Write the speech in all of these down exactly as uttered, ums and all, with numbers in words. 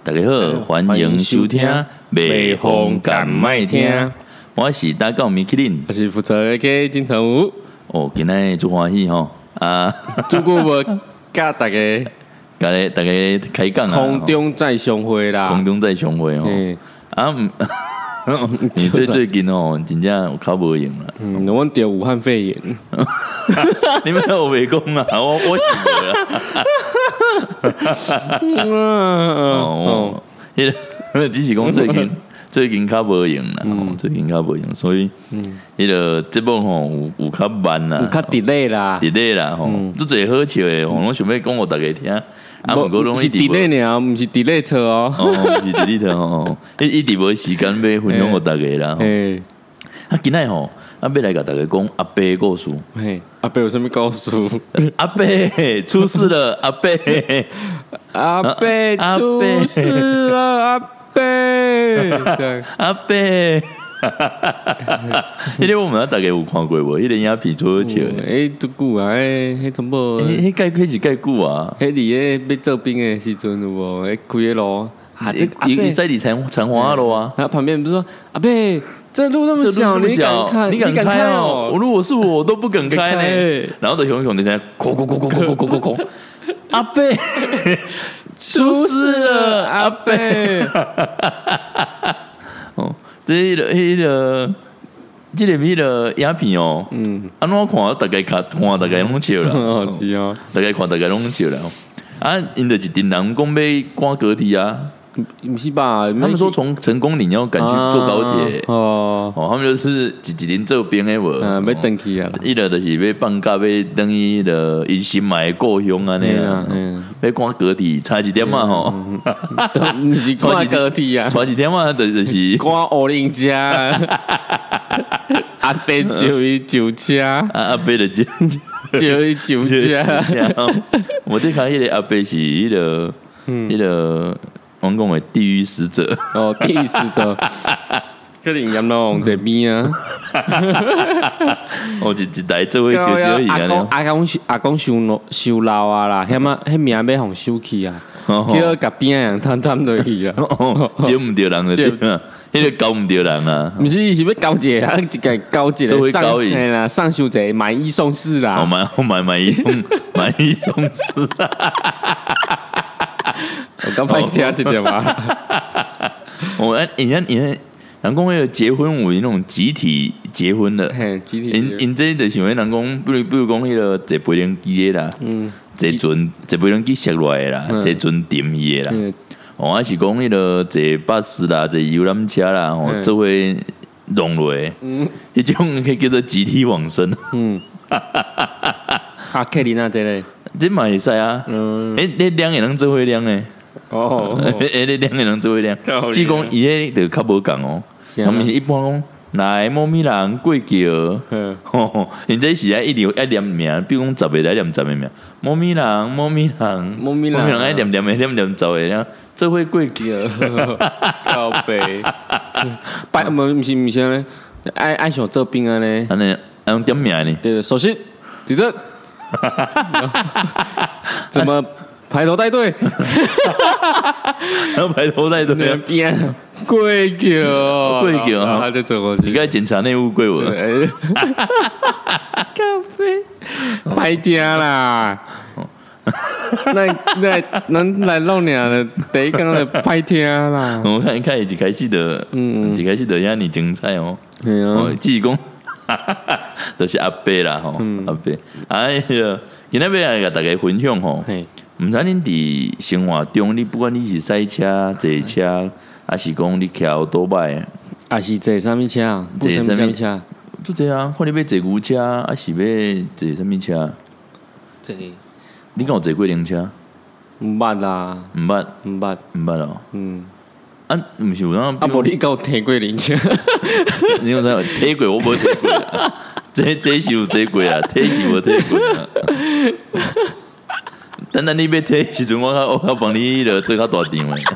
大家好，欢迎收听《北风敢麦听》，我是大高米克林， 我是负责嘅金城武。 哦，今日最欢喜吼啊！ 祝福我甲大家， 大家大家开讲啊！ 空中再相会啦！ 空中再相会哦！啊，你最最近哦，真正有考无用啦。 嗯，我得武汉肺炎。 你们有围攻啊？我我死了。哦，迄个只是讲最近最近较无用啦，最近较无用，所以迄个节目吼有有较慢啦， 有较 delay 啦 ，delay 啦吼，都最好笑诶，我想要讲互大家听。啊，不过拢是 delay 呢，不是 delete 哦， 哦，是 delete 哦，一一直无时间要分享互大家啦。诶，啊，今仔吼。啊，要来甲大家讲阿伯的故事。 嘿，阿伯有什么故事？ 阿伯出事了，阿伯， 阿伯出事了，阿伯， 阿伯。迄个我们大家有看过无？迄个影片做笑。 诶，足久啊，诶，迄全部， 迄盖开是盖久啊。 迄伫诶要做兵诶时阵有无？诶，开诶路， 啊，这伊伊赛里残残花路啊。 他旁边不是说阿伯。这路那么小，你敢开？ 你敢开哦？如果是我，我都不敢开呢。然后的熊熊在那，哐哐哐哐哐哐哐哐，阿伯出事了，阿伯。哦，这个、那个、这个、那个影片哦，嗯，安怎看？大概看，看大概拢笑了。 哦，是啊， 大概看大概拢笑了。啊，因就是丁人讲要赶高铁啊。 不是吧？ 他们说从成功岭要赶去坐高铁、啊、哦哦，他们就是一一人做兵的无， 啊，要登去啊， 伊个就是要放假，要等于的伊心爱的故乡安尼啦，要赶高铁，差一点嘛吼， 不是赶高铁啊， 差一点嘛，就是赶乌林家，阿伯就伊酒车， 阿伯的酒就伊酒车， 我最看迄个阿伯是迄个，迄个。我讲的地狱使者哦，地狱使者，可能严咯，这边啊， 我一一台做伙招招伊安尼。 阿公阿公收老收老啊啦，迄么迄名要互收去啊，叫甲边人摊摊落去啊， 招唔着人就对啊，迄个交唔着人啊。 毋是，伊是要交一个，一个交一个上嘿啦，上收一个买一送四啦， 我买我买买一送买一送四。 我刚才听这点嘛， 我哎，以前以前，人讲那个结婚有那种集体结婚的， 集体， 因因这就想要人讲，比如比如讲那个坐飞轮机的啦，嗯，坐船坐飞轮机摔落来的啦，坐船沉去的啦，哦，还是讲那个坐巴士啦，坐游览车啦，哦，这会弄落，嗯，一种可以叫做集体往生，嗯， 啊，克里娜这类。 这嘛会使啊，嗯，诶，你量也能做伙量诶，哦，诶，你量也能做伙量，只讲伊迄就较无共哦，他们是一般讲来猫咪人过桥，吼，因这是爱一直爱念名，比如讲十个来念十个名，猫咪人，猫咪人， 猫咪人， 爱念念诶念念十个，然后做伙过桥， 靠背，拜，毋是毋是咧，爱爱想做兵安尼， 安尼爱用点名呢？ 对，首先，第一。怎么排头带队？ 然后排头带队那边跪桥， 跪桥啊！ 他就走过去， 应该检查内务柜文。 咖啡拍听啦！那那咱来老娘的第一讲的拍听啦！ 我看一看，一开始的，嗯，一开始的让你精彩哦。对啊，自己讲。都是阿伯啦吼，嗯、阿伯，哎呀，今天要来甲大家分享吼，唔知恁伫生活中，你不管你是赛车、坐车，还是讲你骑奥多摆， 还是坐什么车？ 坐什么车？ 就这啊，看你要坐牛车，还是要坐什么车？ 坐， 你敢有坐过灵车？ 唔捌啦， 唔捌， 唔捌， 唔捌哦。嗯。啊，毋是有那啊，无你够摕过灵车？ 你有啥摕过？我无摕过啦，这这是有摕过啦，摕是无摕过啦。等等，你要摕时阵，我我我帮你了做较大场诶。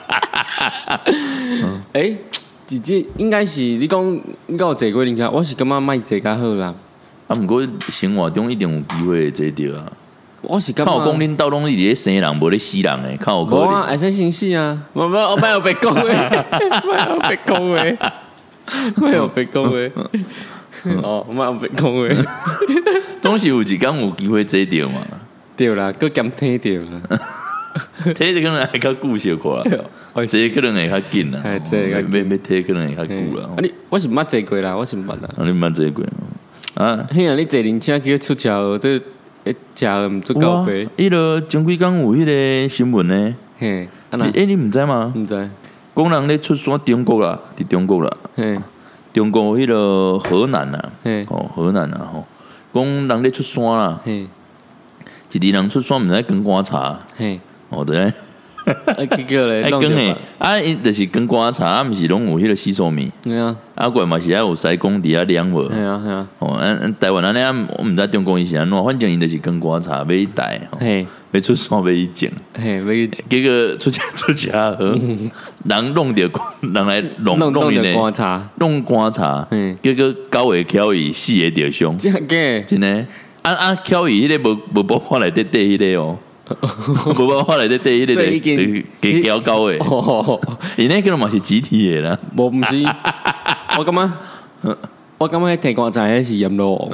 诶，姐姐应该是你讲你有坐过灵车，我是感觉莫坐较好啦。 啊，毋过生活中一定有机会坐着啊。 我是看我讲恁兜拢是咧生人，无咧死人诶，看我可能。无啊，会使生死啊！我我我莫有白讲诶，莫有白讲诶，莫有白讲诶。哦，莫有白讲诶。 总是有一工有机会坐着嘛。 对啦，佮兼听着啦。 睇可能会较久小可啦，坐可能会较紧啦。 哎，坐要要睇可能会较久啦。 啊，你我是毋捌坐过啦，我是毋捌啦。 啊，你毋捌坐过啊？ 嘿啊，你坐灵车去出车祸，这食毋足够杯。 迄个前几工有迄个新闻呢。 嘿， 啊那诶，你毋知吗？ 毋知。 讲人咧出山中国啦，伫中国啦。嘿，中国迄个河南啦，哦，河南啦吼，讲人咧出山啦。嘿，一滴人出山毋知跟棺茶。嘿。哦，对，啊， 结果咧， 哎，跟诶，啊，因就是跟棺茶，啊，毋是拢有迄个洗手米，对啊，啊，怪嘛是还有西工伫遐凉无，系啊系啊，哦，啊，台湾安尼啊，我毋知中国伊是安怎，反正因就是跟棺茶买一袋，嘿，要出山买一种，嘿，买一种，结果出车出车祸，人弄着人来弄弄伊棺茶，弄棺茶，结果九个巧伊四个着伤，真个，真诶，啊啊，巧伊迄个无无包看内底缀迄个哦。无办法来得第一个给交高诶，伊那可能嘛是集体诶啦， 无毋是，我感觉我感觉提棺材迄是阎罗王，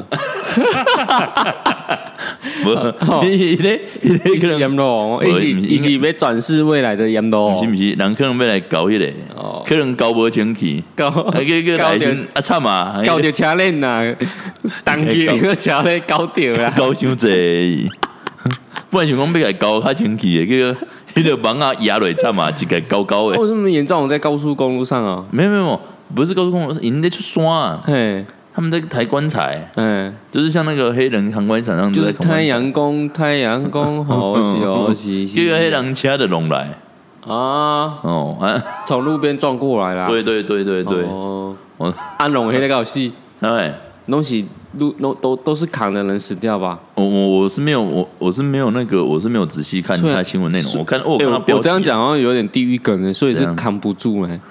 无，伊咧伊咧可能阎罗王，伊是伊是要转世未来的阎罗王， 是毋是？人可能要来搞迄个，可能搞无清气，搞个个来啊惨啊， 搞着车链呐，当机个车链搞着啦， 搞伤济。不然想讲要来搞较清气的，迄个迄个网啊压落惨嘛，一个高高的。 为什么严重？在高速公路上啊？ 没有没有，不是高速公路，人在出山啊。嘿，他们在抬棺材，嗯，就是像那个黑人抬棺材那样子。 就是太阳公，太阳公，好是好是。 这个黑人车的拢来啊，哦啊，从路边撞过来啦。 对对对对对。哦， 安龙黑那个死， 对， 东西。路都都都是扛的人死掉吧？ 我我我是没有我我是没有那个我是没有仔细看他新闻内容。我看我看到我这样讲好像有点地狱梗的，所以是扛不住嘞。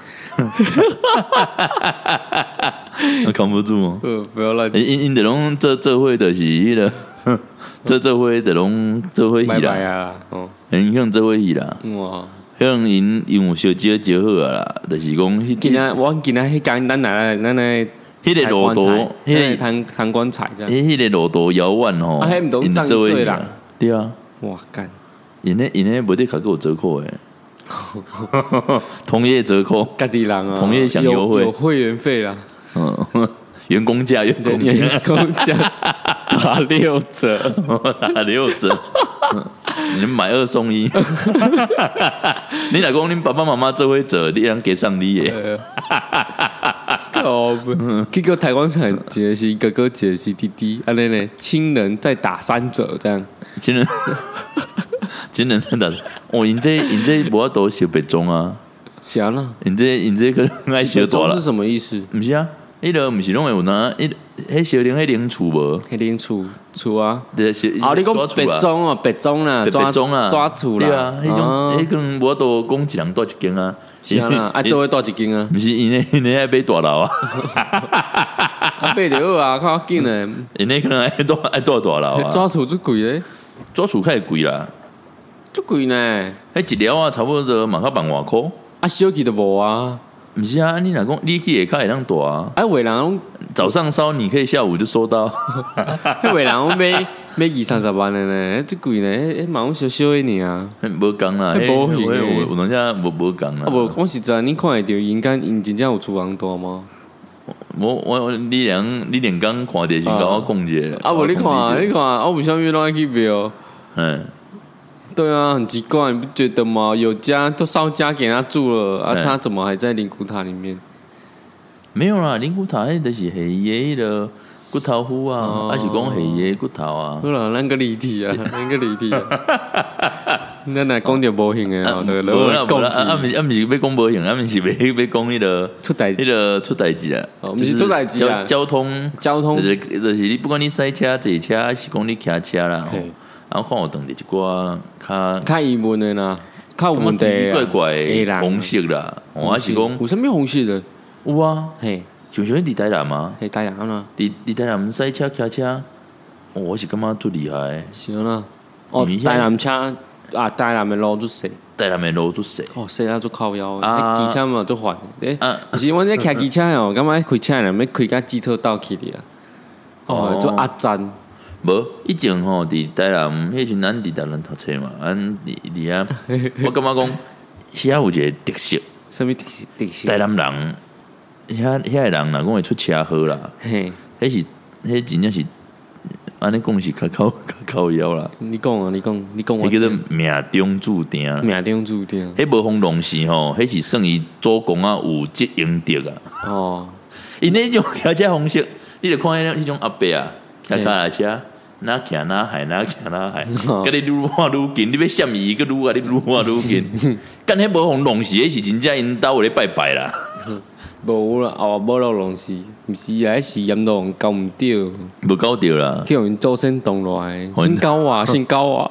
扛不住吗？ 呃，不要乱。 因因得拢这这会的是迄个，这这会的拢这会戏啦。哦，因向这会戏啦。哇，向因因有小姐结合啦，就是讲。 今仔我今仔迄间咱来咱来。 迄个路途， 迄个弹弹棺材这样。 迄个路途遥远吼， 啊，迄唔懂涨税啦。 对啊， 哇干！ 因咧因咧无得卡给我折扣诶，同业折扣， 家己人啊， 同业享优惠， 有会员费啦。 嗯，员工价，员工价，员工价打六折， 打六折。你买二送一，你老公、你爸爸妈妈这回折，你让给上你耶。 哦，结果台湾产解析哥哥解析弟弟，啊，那呢，亲人再打三折这样， 亲人，亲人再打，哦，因这因这无法度小白种啊， 行啦， 因这因这可能爱小大啦， 是什么意思？ 不是啊，迄个不是拢会有拿，迄迄小零迄零厝无， 迄零厝厝啊， 啊， 你讲白种哦，白种啦， 白种啦， 抓厝啦， 对啊，迄种迄可能无法度讲一人住一间啊。 是啊，啊，做伙住一间啊， 不是因为因为爱买大楼啊， 啊，买着啊，较紧诶， 因为可能爱住爱住大楼啊， 抓厝最贵咧， 抓厝较贵啦， 最贵呢， 迄一条啊，差不多嘛较万外箍， 啊，小气都无啊， 不是啊，你若讲你去下骹会当大啊， 啊，有人早上烧，你可以下午就收到， 迄有人买买二三十万的呢，最贵呢，迄嘛拢小小的尔， 无讲啦， 无型诶，有当下无无讲啦， 啊无，讲实在，你看会着因间因真正有厝人大吗？ 我我你两你两刚看电视甲我讲者， 啊无你看你看，我为什么拢爱去庙？嗯，对啊，很奇怪，你不觉得吗？有家都烧家给他住了，啊，他怎么还在灵骨塔里面？ 没有啦，灵骨塔迄就是下伊的骨头糊啊，还是讲下伊骨头啊？ 好啦，咱个离题啊，咱个离题啊。咱来讲着无型诶，哦，对， 无啦无啦，啊，毋是啊，毋是要讲无型，啊，毋是要要讲迄个出代迄个出代志啊， 毋是出代志啊， 交通交通， 就是就是你不管你赛车、坐车，还是讲你骑车啦，然后看有当地一寡较较疑问诶啦，较有问题怪怪红色啦，我是讲有啥物红色的？ 有啊，嘿。就像伫台南嘛， 喺台南啦， 伫伫台南赛车骑车，我是感觉最厉害。 是啦， 哦，台南车啊，台南的路就细， 台南的路就细。 哦，细啊，做靠腰啊，机车嘛做烦。诶，可是阮咧开机车哦，感觉开车人要开到机车道去的啊。哦，做压站。 无以前吼，伫台南，迄阵咱伫台南读册嘛，咱伫伫遐，我感觉讲，遐有一个特色。 什么特色？特色？ 台南人，遐遐个人若讲会出车祸啦，嘿，迄是迄真正是，安尼讲是较靠较靠腰啦。 你讲啊，你讲，你讲我。 迄叫做命中注定。 命中注定。 迄无风浪时吼，迄是算伊做工啊有即应得啊。哦，因迄种骑车方式，你著看迄迄种阿伯啊，骑脚踏车。哪骑哪海，哪骑哪海，甲你愈换愈近，你要闪伊，佮愈啊，你愈换愈近。干迄无风浪时，迄是真正因兜有咧拜拜啦。 无啦，哦，无落浪时，毋是啊，迄是阎罗搞毋着， 无搞着啦。 去互因祖先动落来，先搞啊，先搞啊。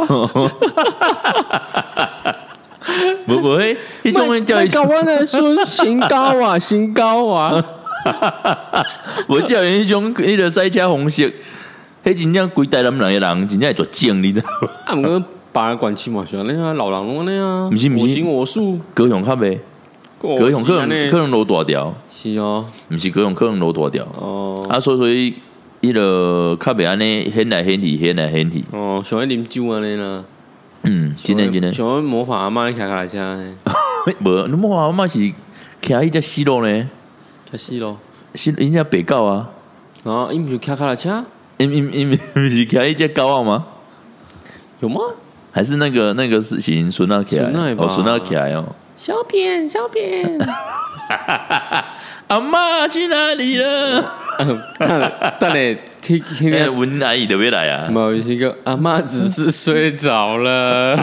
无无迄，迄种诶叫伊搞阮诶孙，先搞啊，先搞啊。 无叫伊迄种迄个赛车方式。迄真正规台南人诶人，真正会做精，你知道无？ 啊，毋过别人关系嘛是安尼啊，老人拢安尼啊， 毋是毋是， 我行我素， 高雄较袂，高雄可能可能路大条， 是哦， 毋是高雄可能路大条哦，啊，所以所以伊个较袂安尼显来显去，显来显去。 哦，想要啉酒安尼啦， 嗯，真诶真诶， 想要模仿阿嬷咧骑脚踏车呢？ 无，你模仿阿嬷是骑迄只死路呢？ 骑死路， 死人家白狗啊？ 啊，伊毋是骑脚踏车？ 因因因不是骑一只高傲吗？ 有吗？ 还是那个那个事情孙那起来？哦，孙那起来哦。 小扁，小扁， 阿妈去哪里了？ 等下听听那文阿姨都没来啊？ 不好意思，个阿妈只是睡着了。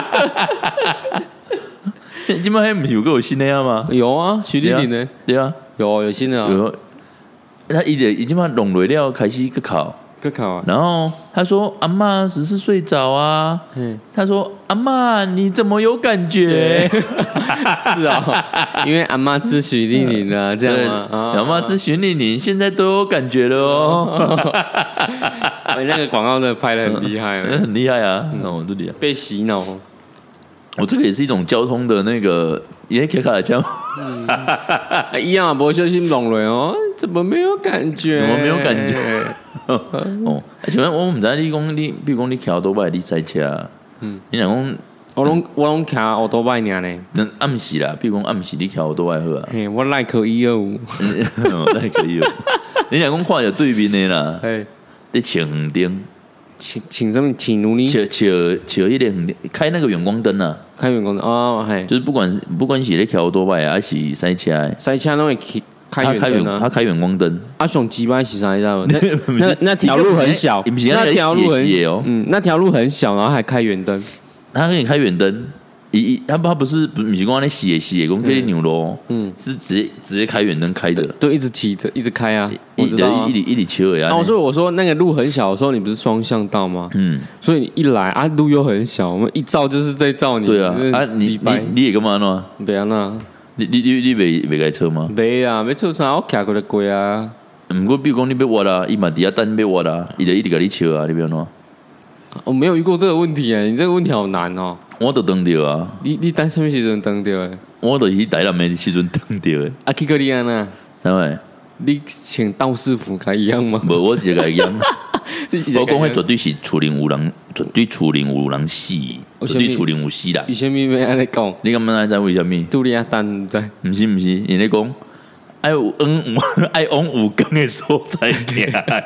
现今麦还有个有新的呀吗？ 有啊，徐丽玲呢？ 对啊， 有有新的啊。 有，他一点已经把弄累了，开始去考。 啊、 然后他说：“阿嬷只是睡着啊。”他说：“阿嬷，你怎么有感觉？” 是啊，因为阿嬷吃徐丽玲啊，这样吗？ 阿嬷吃徐丽玲，现在都有感觉了哦。 那个广告真的拍得很厉害， 很厉害啊！哦，这里被洗脑。 我这个也是一种交通的那个，也可以卡枪。 一样啊，不会休息弄了哦，怎么没有感觉？ 怎么没有感觉？哦，请问我唔知你讲你，比如讲你骑多摆，你赛车，嗯，你若讲我拢我拢骑奥多摆尔呢。 那暗时啦，比如讲暗时你骑奥多摆好啊。 嘿，我耐可一二五， 耐可一二五。你若讲看着对面的啦，哎，在前红灯。 请请什么？请努力。 请请请一点开那个远光灯啊！ 开远光灯哦，嘿， 就是不管不管是咧骑多摆还是赛车， 赛车都会开远灯啊。 他开远光灯。 啊，上几摆是啥？你知道吗？那那那条路很小， 那条路很嗯，那条路很小，然后还开远灯。 他给你开远灯。一他他不是不是光那斜斜，光给你扭咯，嗯，是直接直接开远灯开着， 都一直骑着，一直开啊， 一直一里一里骑呀。 哦，所以我说那个路很小的时候，你不是双向道吗？嗯，所以你一来啊，路又很小，我们一照就是在照你。 对啊，啊你你你也干嘛呢？ 别啊那， 你你你你没没开车吗？ 没啊，没车啥，我骑过来过啊。 不过比如讲你别挖啦，伊嘛底下等别挖啦，伊就一直给你骑啊，你别喏。 我没有遇过这个问题哎，你这个问题好难哦。 我都登到啊！ 你你等什么时阵登到的？ 我都是台南的时阵登到的。 啊，去个你安那？ 怎么？ 你请道士符该一样吗？ 无，我这个一样。我讲迄绝对是厝邻有人，绝对厝邻有人死，绝对厝邻有死啦。 为什么要安尼讲？ 你敢知知为什么？ 拄你啊等在？ 毋是毋是，因为讲爱有恩爱往有光的所在行。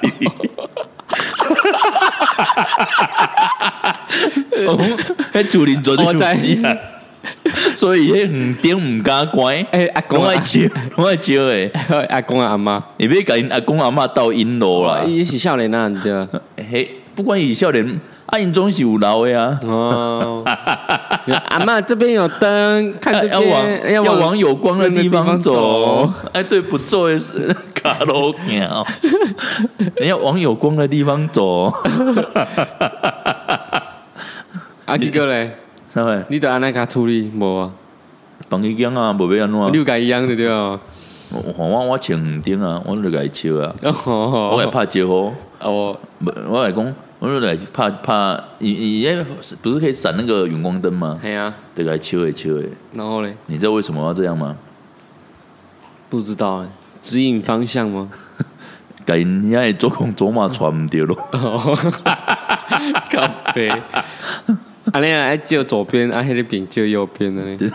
哦，迄厝邻绝对有死啊！所以迄园顶唔敢关。 诶，阿公爱笑，拢爱笑诶。 阿公阿妈， 你别甲因阿公阿妈斗因路啦。 伊是少年啊，对啊。 嘿，不管伊是少年，啊，因总是有老诶啊。哦， 阿妈这边有灯，看这边要往要往有光的地方走。哎，对，不走也是卡路行哦。你要往有光的地方走。 阿基哥嘞？ 啥会？ 你得安那甲处理无啊？ 帮伊讲啊，无要安怎？ 你有甲伊样对对啊？ 我我我穿红顶啊，我就甲伊笑啊。我来拍招呼。 哦， 我来讲，我我就来怕怕，你你不是可以闪那个远光灯吗？ 对啊， 对，来切诶切诶。 然后嘞， 你知道为什么要这样吗？ 不知道哎，指引方向吗？ 改你爱左控左马传唔掉咯。 靠背，啊你爱照左边，啊迄个边照右边的呢？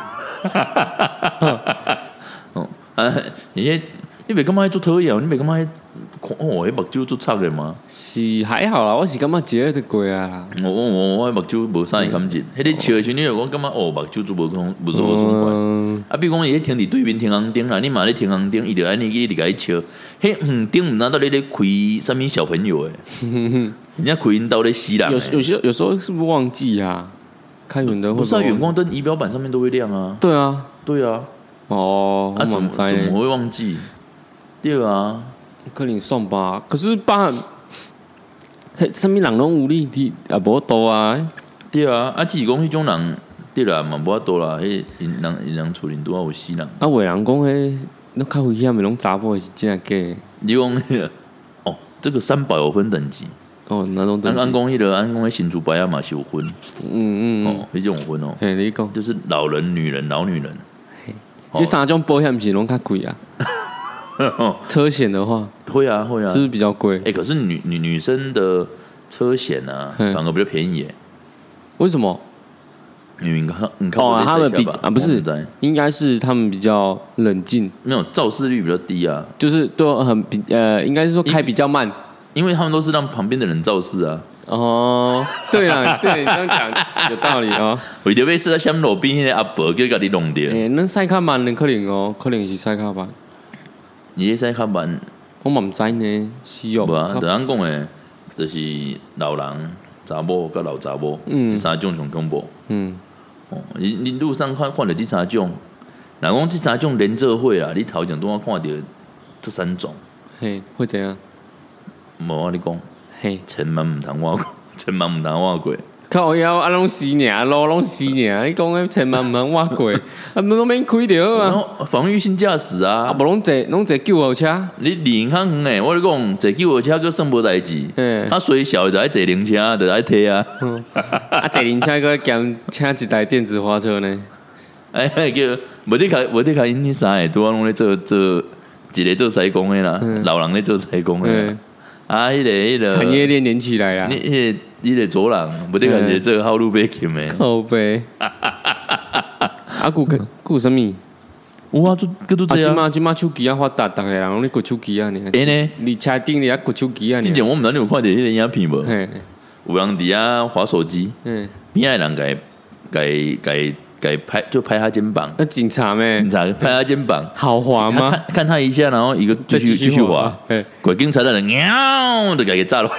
哦啊，你你袂感觉做讨厌？你袂感觉？哦，迄目睭做差嘅嘛？ 是还好啦，我是感觉接得过啊。 我我我我目睭无啥会感觉，迄个笑的时，你就讲感觉哦，目睭做无空，无做无爽快。啊，比如讲伊咧停伫对面停红灯啦，你嘛咧停红灯，伊就安尼一直甲伊笑。迄红灯毋知道你咧开啥物小朋友诶，人家开因兜咧死人。 有有些有时候是不是忘记啊？开远灯不是啊，远光灯仪表板上面都会亮啊。 对啊， 对啊。 哦， 啊怎么怎么会忘记？对啊。 可能算吧，可是爸，嘿，什么人拢有力的也无多啊。 对啊，啊，只是讲迄种人，对啦，嘛无法多啦。迄人人人厝里拄啊有死人。 啊，有人讲迄，那较危险的拢查甫是真假？ 你讲迄个哦，这个三宝有分等级。 哦，哪种等级？ 按讲迄个，按讲迄新竹白亚嘛是有分。 嗯嗯哦，迄种有分哦。 嘿，你讲， 就是老人、女人、老女人。 这三种保险是拢较贵啊。车险的话会啊会啊， 是不是比较贵？ 哎、欸，可是女女女生的车险啊，反而比较便宜耶。 为什么？ 因为你看，你看哦，他们比啊不是，应该是他们比较冷静， 没有肇事率比较低啊， 就是都很比呃，应该是说开比较慢， 因为他们都是让旁边的人肇事啊。 哦，对啦，对你这样讲有道理哦。 为着要是在乡路边那个阿伯叫家己弄掉， 哎，那赛卡慢的可能哦，可能是赛卡慢。 伊咧使较慢， 我嘛毋知呢，是哦。 无啊，就咱讲诶，就是老人、查某甲老查某，嗯，这三种上恐怖。嗯，哦，你你路上看看到这三种，若讲这三种连做伙啦，你头前拄仔看到这三种， 嘿，会怎样？ 无我你讲， 嘿， 千万毋通我过，千万毋通我过。 靠腰啊，拢死尔，路拢死尔，你讲诶，千万毋通挖过，啊，拢免开着啊。 防御性驾驶啊， 啊，无拢坐拢坐救护车。 你离较远诶，我你讲坐救护车佫算无代志。嗯，啊，虽小就爱坐灵车，就爱摕啊。 啊，坐灵车佫兼请一台电子花车呢？ 哎，叫无得开，无得开，因迄三个拄仔拢咧做做一个做西工诶啦，老人咧做西工诶。啊，迄个迄个产业链连起来啦。 你迄个迄个左人，无得开是做好路买琴诶。 靠背。啊，古个古什么？ 有啊，做佮做这啊。 即马即马手机啊发达，逐个人拢咧摳手机啊呢。 诶呢？ 你车顶咧摳手机啊呢？ 之前我毋知你有看到迄个影片无？有人伫遐滑手机，边仔人甲甲甲甲拍就拍他肩膀。 那警察咩？ 警察拍他肩膀， 好滑吗？ 看看他一下，然后一个继续继续滑。鬼警察的人喵就给炸了。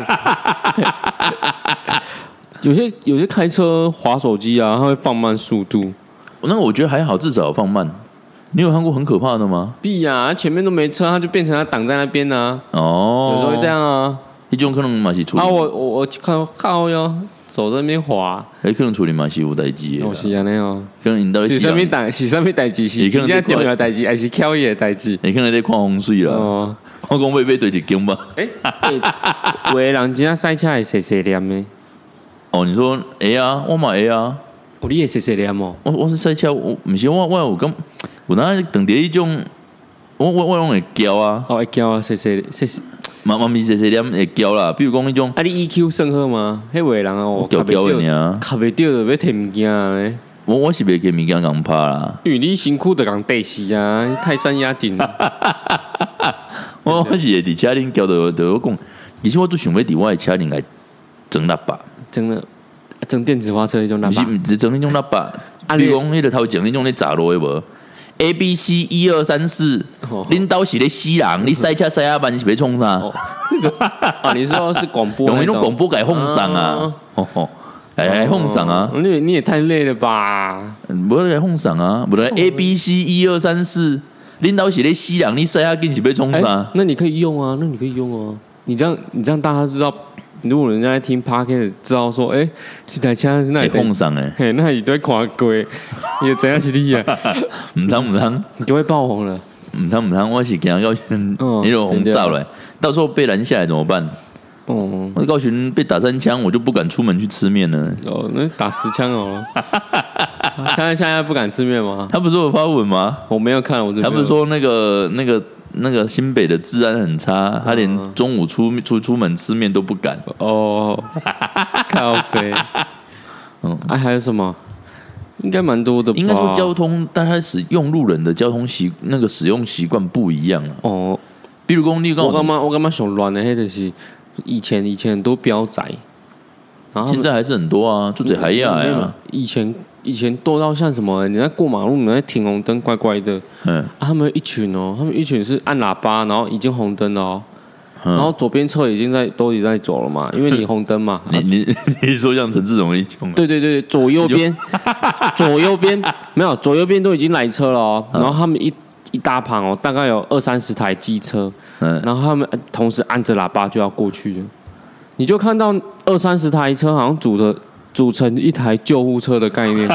有些有些开车滑手机啊，他会放慢速度。 那个我觉得还好，至少放慢。你有看过很可怕的吗？ 必呀，前面都没车，他就变成他挡在那边啊。 哦， 有时候会这样啊。 一种可能嘛是处理。 啊，我我我靠靠哟，走在那边滑。 还可能处理嘛是有代志的。 哦，是安尼哦。 可能引到是什么代？是什么代志？是真正重要代志，还是巧伊的代志？ 你可能在看风水啦。哦，我讲要要对一间吧。 诶，有的人真正赛车会细细念的。 哦，你说会啊，我嘛会啊。 哦，你会细细念哦。 我我是赛车，我唔是我我有咁，有哪等伫迄种，我我我拢会教啊。 哦，会教啊，细细细细。 嘛嘛咪细细念会教啦，比如讲迄种。 啊，你 E Q 算好吗？迄位人哦， 教教的呢， 卡袂掉就要摕物件咧。 我我是袂摕物件共拍啦， 因为你辛苦的共地死啊，泰山压顶。 我我是会伫车顶教的，就我讲，其实我都想要伫我的车顶来装喇叭， 装了装电子花车迄种喇叭， 不是不是装迄种喇叭。比如讲，迄个头前迄种咧砸落的无 ？A B C 一二三四，恁兜是咧死人，你赛车赛啊慢是要创啥？ 啊，你说是广播， 用那种广播改奉上啊，吼吼，来奉上啊！ 你你也太累了吧？ 无来奉上啊，无来 A B C 一二三四，恁兜是咧死人，你赛啊紧是要创啥？ 那你可以用啊，那你可以用啊，你这样你这样大家知道。如果人家在听 Podcast 知道说，哎、欸，这台车是那里碰上哎， 嘿，那里都会看过，也怎样是你啊？ 唔通唔通， 你就会爆红了。 唔通唔通，我是惊到你就红照了，到时候被拦下来怎么办？ 哦，我高雄被打三枪，我就不敢出门去吃面了。 哦，那打十枪哦。现在现在不敢吃面吗？ 他不是有发文吗？ 我没有看，我他不是说那个那个那个新北的治安很差，他连中午出出出门吃面都不敢。 哦，靠北。嗯，哎、啊，还有什么？应该蛮多的吧。 应该说交通，大家使用路人的交通习那个使用习惯不一样啊。 哦， 比如讲，你我干嘛我干嘛想乱的？那就是以前以前很多标仔， 然后现在还是很多啊，就这还要呀。 以前以前多到像什么？你在过马路，你在停红灯，乖乖的。嗯、啊，他们一群哦，他们一群是按喇叭，然后已经红灯了哦。然后左边车已经在都已经在走了嘛，因为你红灯嘛。 你你你说像陈志荣一种？ 对对对，左右边，左右边没有，左右边都已经来车了哦。然后他们一一大旁哦，大概有二三十台机车，嗯，然后他们同时按着喇叭就要过去了。你就看到二三十台车好像组的组成一台救护车的概念，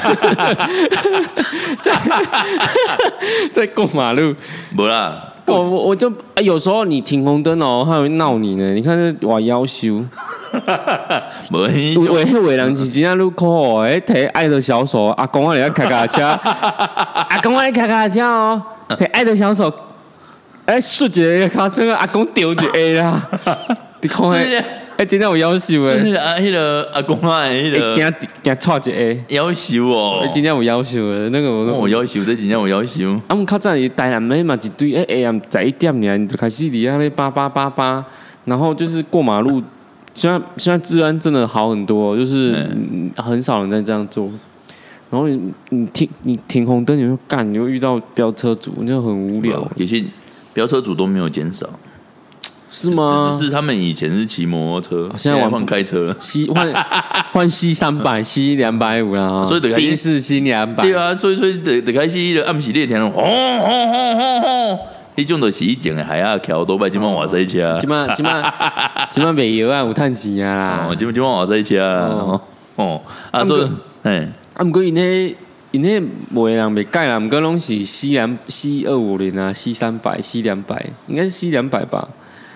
在在过马路， 没啦。 我我我就、啊、有时候你停红灯哦，他会闹你呢。你看这哇要求，喂喂人是真正路口哦，哎提爱的小手，阿公啊你要开卡车，阿公啊你开卡车哦，提爱的小手，哎顺一个卡车，阿公丢一个啦，你看下。哎，真正有要求诶！ 是啊，迄个阿公啊，迄个惊惊错一个要求哦， 真正有要求诶，那个我我要求，这真正有要求。 啊，我们较早台南妹嘛一堆，哎 A M 十一点尔就开始伫遐咧叭叭叭叭，然后就是过马路，现在现在治安真的好很多，就是很少人在这样做。然后你你停你停红灯，你就干，你会遇到飙车族，就很无聊。 其实飙车族都没有减少。 是吗？ 只是他们以前是骑摩托车，现在换开车了， 西换换西三百，西两百五啦， 所以得宾士西两百。 对啊，所以所以得得开始的暗时那天，轰轰轰轰轰，那种就是以前的海亚桥多摆，今晚瓦塞车， 今晚今晚今晚没油啊，有碳钱啊啦， 今今晚瓦塞车啊，哦啊，所以哎， 啊，不过因那因那没人没改啦，不过拢是西两西二五零啊，西三百，西两百，应该是西两百吧。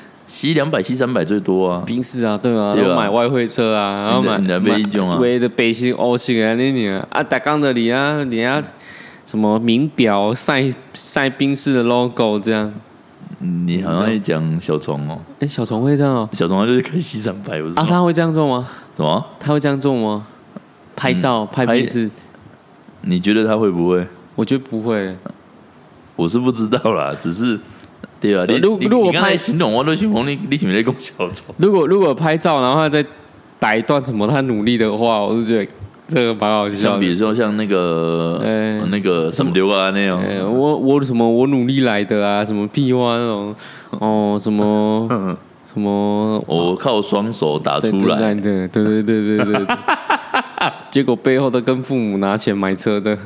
C 两百、C 三百最多啊， 宾士啊，对啊，然后买外汇车啊，然后买买为的北型、欧型啊那年啊，打钢的里啊，你要什么名表晒晒宾士的 logo 这样。 你好像在讲小虫哦， 哎，小虫会这样哦， 小虫他就是开 C 三百， 啊，他会这样做吗？ 什么？ 他会这样做吗？拍照、嗯、拍宾士， 你觉得他会不会？ 我觉得不会， 我是不知道啦，只是。对啊，你如你你刚才形容我都形容你，你前面在讲小丑。 如果如果拍照，然后他再打一段什么他努力的话，我就觉得这个蛮好笑的。 像比如说像那个、欸、那个什么刘啊那种， 欸、我我什么我努力来的啊，什么屁话那种，哦什么什么， 我靠双手打出来的，对对对对对对，结果背后都跟父母拿钱买车的。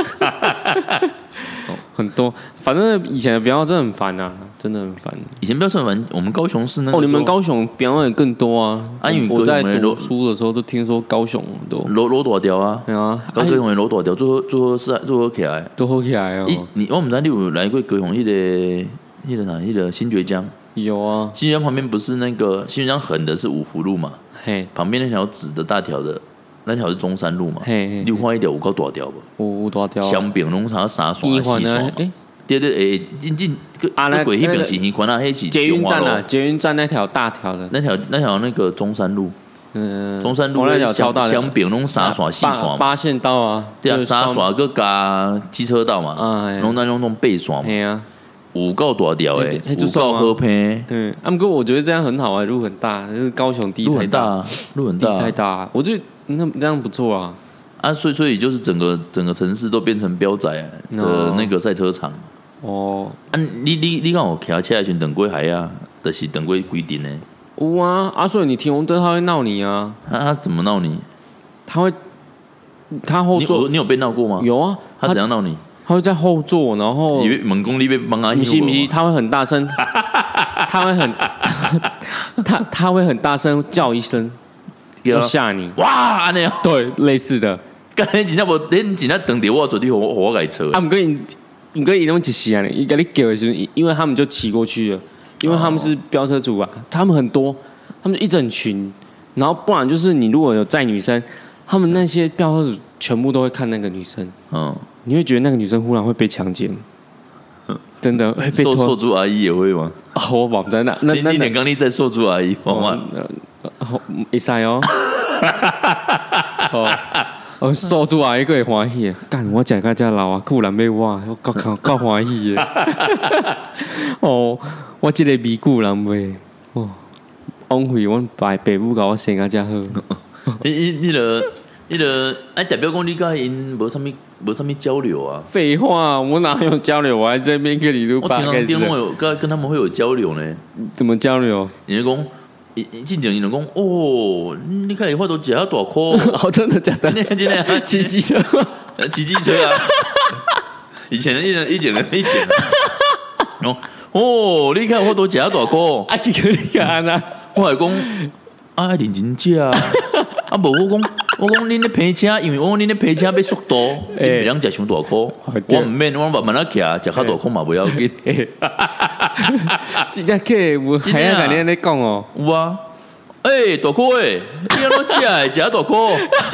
很多，反正以前的表真的很烦啊，真的很烦。 以前不要说很烦，我们高雄市那个哦，你们高雄表演更多啊。 啊，因为我在读书的时候都听说高雄很多罗罗大条啊， 对啊， 高雄的罗大条，最后最后是最后起来， 最后起来哦。 你我唔知你有来过高雄迄、那个、迄、那个啥、迄、那个新崛江？ 有啊， 新崛江旁边不是那个新崛江横的是五福路嘛？嘿，旁边那条直的大条的。那条是中山路嘛？你有看一条有够大条不？ 有大条。 双边拢差三线、四线嘛？对对诶，进进啊，那轨迄边是宽啊，迄是捷运站啊，捷运站那条大条的， 那条那条那个中山路，嗯，中山路那条超大， 双边拢三线、四线嘛， 八线道啊， 对啊，三线个加机车道嘛，拢那种种八线嘛，对啊，有够大条诶，有够好拼。 嗯，啊，不过我觉得这样很好啊，路很大，就是高雄地太大， 路很大， 地太大，我觉得。那这样不错啊！ 啊，所以所以就是整个整个城市都变成标仔的那个赛车场哦。啊，你你你看我骑车的时候等过海啊，就是等过规定呢。 有啊，啊，所以你停红灯他会闹你啊。 他他怎么闹你？ 他会，他后座你, 你有被闹过吗？ 有啊。 他怎样闹你？ 他会在后座，然后你猛攻你被帮他， 不是不是，他会很大声，他会很他他会很大声叫一声。要吓你哇！那样对类似的， 刚才真正无，你真正等掉我坐地我我改车。 啊，唔可以，唔可以那么一时啊！伊跟你叫的时候，因为他们就骑过去了，因为他们是飙车族啊，他们很多， 他们就一整群，然后不然就是你如果有载女生，他们那些飙车族全部都会看那个女生，嗯，你会觉得那个女生忽然会被强奸，真的会被受受助阿姨也会吗？ 哦，我忘在那那那你连刚你在受助阿姨，好吗？ 会使哦，哦。哦，受助阿姨个会欢喜，干我食到这老啊，固然要我，我够够欢喜的。哦，我这个米固然袂，哦，枉费阮爸爸母甲我生啊遮好。 你你你个你个，哎，代表讲你甲因无啥物无啥物交流啊？ 废话，我哪有交流？我还这边跟你录八个字。 我平常有跟跟他们会有交流呢。 怎么交流？ 你是讲？进前伊就讲哦，你看以后都食到大箍， 哦，真的假的？ 真的真的， 骑机车， 骑机车啊！以前一人一前人一前，哦哦，你看我都食到大箍， 啊，这个你看啊， 我还讲啊，认真食啊，啊无我讲我讲恁咧皮车，因为我讲恁咧皮车要速度，你袂当食伤大箍，我唔免我慢慢啊骑，食较大箍嘛不要紧。 这只客有系啊，肯定咧讲哦， 有啊，诶，大箍诶，你安怎食诶？食大箍，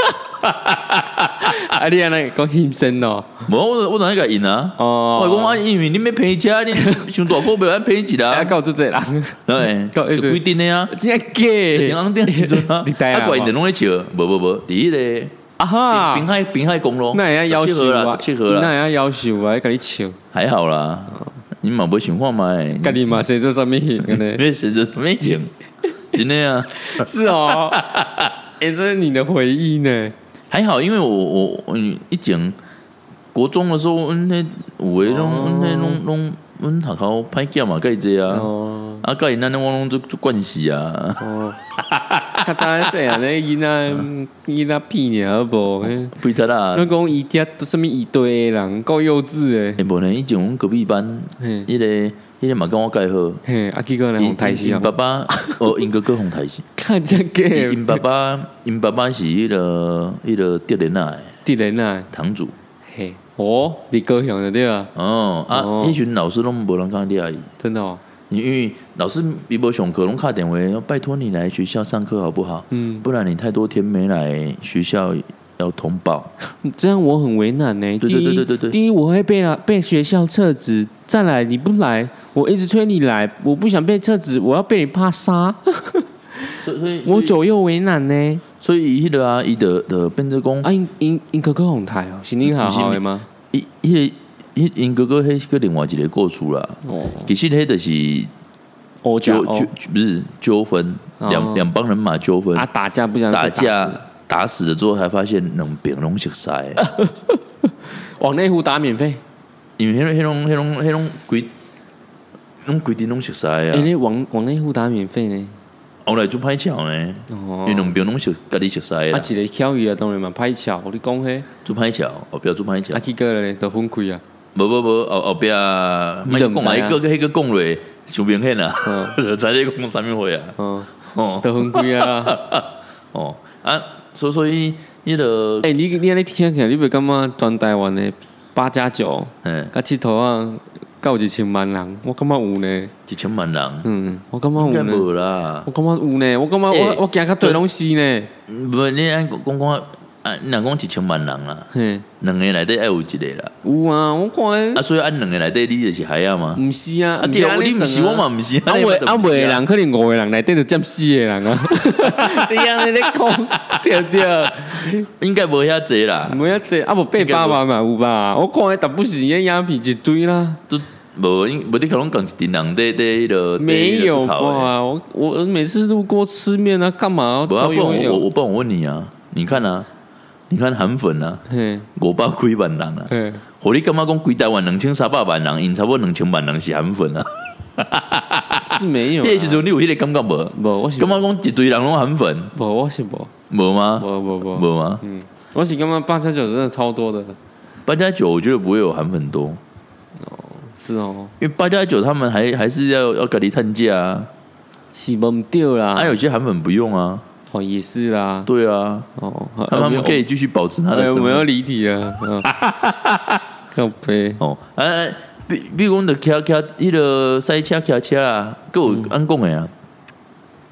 啊，你安尼讲牺牲哦？ 无，我我哪一个赢啊？哦，我讲啊，因为你要赔车，你上大箍袂安赔一啦。 啊，够做这人， 对，就规定的啊。 真假？平常顶时阵啊，啊，怪人拢咧笑，无无无，第一个啊哈， 滨海滨海公路， 那也要要求啊， 契合啦， 那也要要求啊，甲你笑， 还好啦。你嘛不想看嘛？ 家己嘛写做什么型的呢？ 你写做什么型？真的啊， 是哦。哎，这是你的回忆呢？ 还好，因为我我我一讲国中的时候，阮那有诶，拢阮那拢拢阮学校歹囝嘛，介济啊。啊，甲因咱我拢做做惯势啊。哦， 较早细汉咧，囡仔囡仔屁尔好无？ 不得啦。 你讲伊爹都什么一堆人，够幼稚诶。 诶，无呢，以前阮隔壁班，迄个迄个嘛跟我介好。 嘿，啊，结果呢，红台戏啊。 爸爸哦，因哥哥红台戏。 看这个。 因爸爸，因爸爸是迄个迄个狄仁娜， 狄仁娜堂主。 嘿，哦，你高雄的对啊。 哦啊，迄群老师拢无人敢掠伊， 真的哦。 因为老师比无上课，拢打电话，拜托你来学校上课好不好？嗯，不然你太多天没来学校要通报。 这样我很为难呢、欸。 对对对对对对。 第一，我会被被学校撤职；再来，你不来，我一直催你来，我不想被撤职，我要被你怕杀。 所以，所以我左右为难呢、欸。 所以，伊的啊，伊的的变做讲啊，因因因哥哥红台哦，是你好好的吗？ 伊伊。因哥哥迄个另外一个故事啦，哦、其实迄就是纠纠不是纠纷，两两帮人马纠纷啊，打架不想打架打死了之后，才发现两边拢熟悉。 往内湖打免费， 因为迄种迄种迄种规拢规定拢熟悉啊。 哎，你往往内湖打免费呢？ 后来就歹巧呢，因为两边拢熟，家己熟悉啦。 啊，一个巧语啊，当然嘛歹巧，你讲迄做歹巧，后壁做歹巧。 啊，去个咧都分开啊。 无无无，后后壁你讲嘛，迄个迄个讲落伤明显啦，就知你讲啥物话啊？哦哦，都分开啊！ 哦啊，所所以迄个， 诶，你你安尼听起来，你袂感觉全台湾的八加九，嗯，甲佚佗啊，有一千万人，我感觉有呢， 一千万人， 嗯，我感觉有呢， 无啦， 我感觉有呢，我感觉我我惊较多拢是呢， 无你按讲讲。啊，你若讲一千万人啦，两个内底爱有一个啦。 有啊，我看。 啊，所以按两个内底，你就是海啊嘛？ 毋是啊， 啊对啊，你毋是我嘛，毋是。 啊，袂啊，袂人可能五个人内底就占四个人啊。你安尼咧讲，对对， 应该无遐济啦， 无遐济，啊无八百万嘛有吧？我看诶，大部是迄鸦片一堆啦。 都无，因无你可能讲一群人在在迄个没有吧？我我每次路过吃面啊，干嘛？ 不啊，不我我不然我问你啊，你看啊。你看韩粉啊，五百几万人啊，互你感觉讲规台湾两千三百万人，因差不多两千万人是韩粉啊， 是没有。 迄时阵你有迄个感觉无？ 无，我是感觉讲一堆人拢韩粉。 无，我是无。 无吗？ 无无无无吗？ 嗯，我是感觉八加九真的超多的。 八加九我觉得不会有韩粉多。 哦，是哦， 因为八加九他们还还是要要跟你探价啊， 是不对啦。 啊，有些韩粉不用啊。 哦，也是啦， 对啊，哦，他们可以继续保持他的生活。 我们要离题啊，靠背哦，哎，比比如讲的骑骑迄个赛车骑车啊，各有按讲的啊。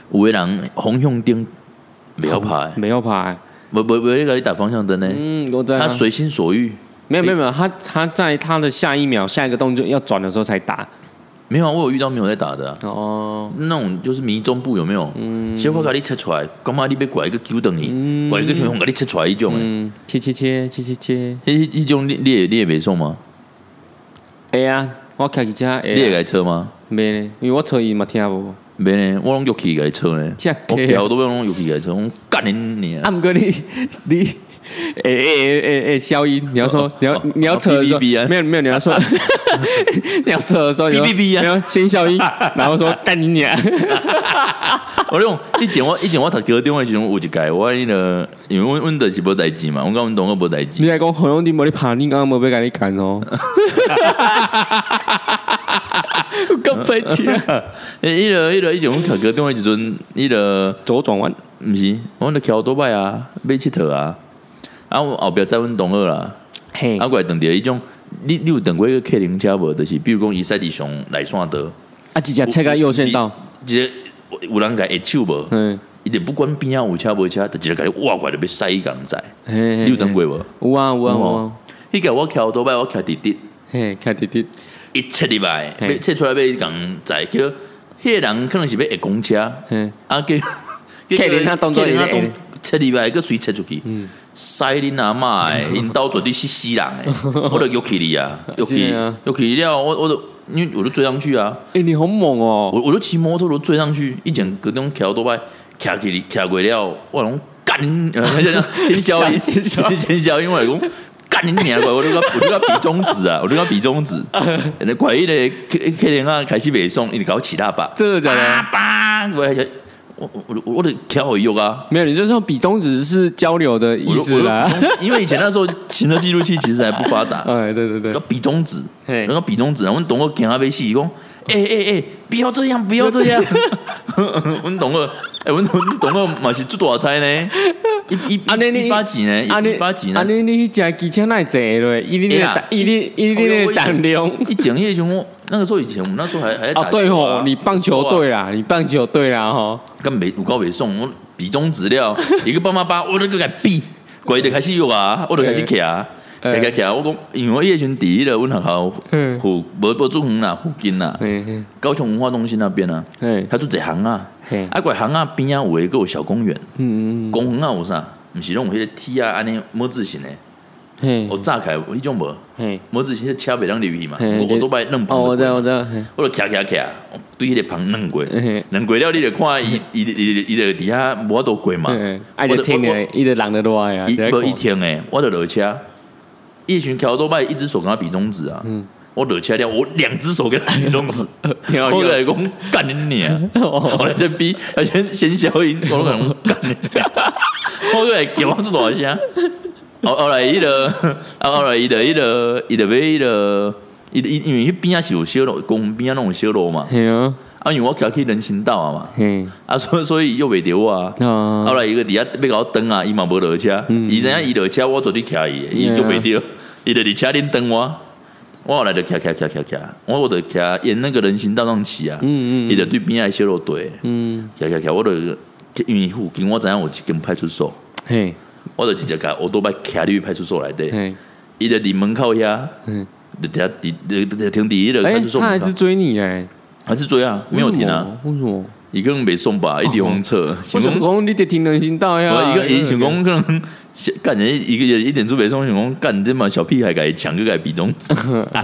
有的人方向灯不要拍， 没有拍， 不不不，那个你打方向灯呢？ 嗯，我知道。 他随心所欲。 没有没有没有，他他在他的下一秒、下一个动作要转的时候才打。 没有啊，我有遇到没有在打的、啊、 哦， 那种就是迷中步有没有？嗯，小可给你切出来，干嘛你被拐一个揪等你，拐一个球给你切出来一种嗯，切切切切切切， 一一种你你也你也没送吗？ 会啊，我开几架， 你也该车吗？ 没呢，因为我车伊嘛听无。 没呢，我拢玉器该车呢，我条都不用玉器该车，我干你你。 啊，不过你你。哎哎哎哎！消音，你要说你要你要扯的时候，没有没有，你要说你要扯的时候， 哔哔哔啊， 没有先消音，然后说干你娘！ 我用以前我以前我读高中的时候有一届，我迄个因为阮阮就是无代志嘛，我讲阮同学无代志。 你来讲好像你无咧拍，你刚刚无要甲你干哦。咁费钱！ 迄个迄个以前阮读高中的时阵，迄个左转弯， 毋是，我咧桥多摆啊，买佚佗啊。啊，我后壁再阮同学啦，啊，过来等着迄种，你你有等过一个客灵车无？就是比如讲，伊赛地上来线道， 啊，直接切个右线道， 直接有人甲下手无？嗯，伊就不管边仔有车无车，就直接甲你挖过来就要塞一港仔。你有等过无？ 有啊有啊有啊！ 迄个我桥多摆，我徛滴滴， 嘿，徛滴滴， 一切入来，切出来要一港仔，叫迄个人可能是要下公车，嗯，啊叫客灵他动作一个切入来，个水切出去。塞恁阿嬷诶，因兜绝对是死人诶，我就约起你啊，约起约起了，我我就因为我就追上去啊。 诶、欸，你好猛哦！ 我我就骑摩托车都追上去，以前各种桥都摆徛起徛过了，我拢干，先消音，先消音，先消音，我讲干你娘怪，我就讲我就讲比中指啊，我就讲比中指，那怪伊咧 K K 连啊开始袂爽，伊搞起大把， 真的假的？ 叭，我还想。我我我的跳回用啊， 没有，你就说比中指是交流的意思啦。 因为以前那时候行车记录器其实还不发达， 哎，对对对， 要比中指，然后比中指，然后我懂我给他微信讲，哎哎哎，不要这样，不要这样，我懂了，哎，我懂懂了，嘛是做大菜呢，一一一八几呢，一八几呢， 啊你你骑机车那坐嘞，一零的一零一零的胆量， 一整夜就我那个时候以前我们那时候还还哦对吼，你棒球队啦，你棒球队啦哈。 跟没有高没送，我比中指了，一个爸妈爸，我那个给比，怪就开始有啊，我就开始徛，徛徛徛，我讲，因为我以前第一了，阮学校附无无住远啦，附近啦，高雄文化中心那边啊，他住一行啊，啊怪行啊边啊有一个有小公园，公园啊有啥？毋是拢有迄个梯啊，安尼么字形诶，我炸开有迄种无，么字形是车袂当入去嘛，我都摆弄旁， 我知我知， 我就徛徛徛，对迄个旁弄过，弄过了你就看伊伊伊伊就伫遐无法度过嘛， 爱就听诶，伊就人就落来啊， 无一听诶，我就落车，一群桥都摆一只手跟他比中指啊，我落车了，我两只手跟他比中指，我来讲干你娘，我来这比，先先消音，我讲干你娘，我来叫我做大声。后后来伊个，啊后来伊个伊个伊个要伊个，伊因为迄边啊是有小路，公园边啊那种小路嘛。系啊，啊因为我徛去人行道啊嘛。嗯。啊所以所以又袂着我啊。啊。后来伊个伫遐要甲我等啊，伊嘛无落车。嗯。伊知影伊落车，我做伫徛伊，伊又袂着，伊就伫车顶等我。我后来就徛徛徛徛徛，我我就徛沿那个人行道上骑啊。嗯嗯。伊就对边啊小路对。嗯。徛徛徛，我就因为附近我知影有一间派出所。嘿。我就直接甲我都摆徛入派出所来底，伊就伫门口遐，就伫伫停伫迄个派出所。 他还是追你哎， 还是追啊？没有停啊？ 为什么？ 伊可能袂送吧，一直红车。 我想讲你得停人行道呀。 一个伊想讲可能干人一个一点都袂送，想讲干这嘛小屁孩甲伊抢，就甲伊比中指。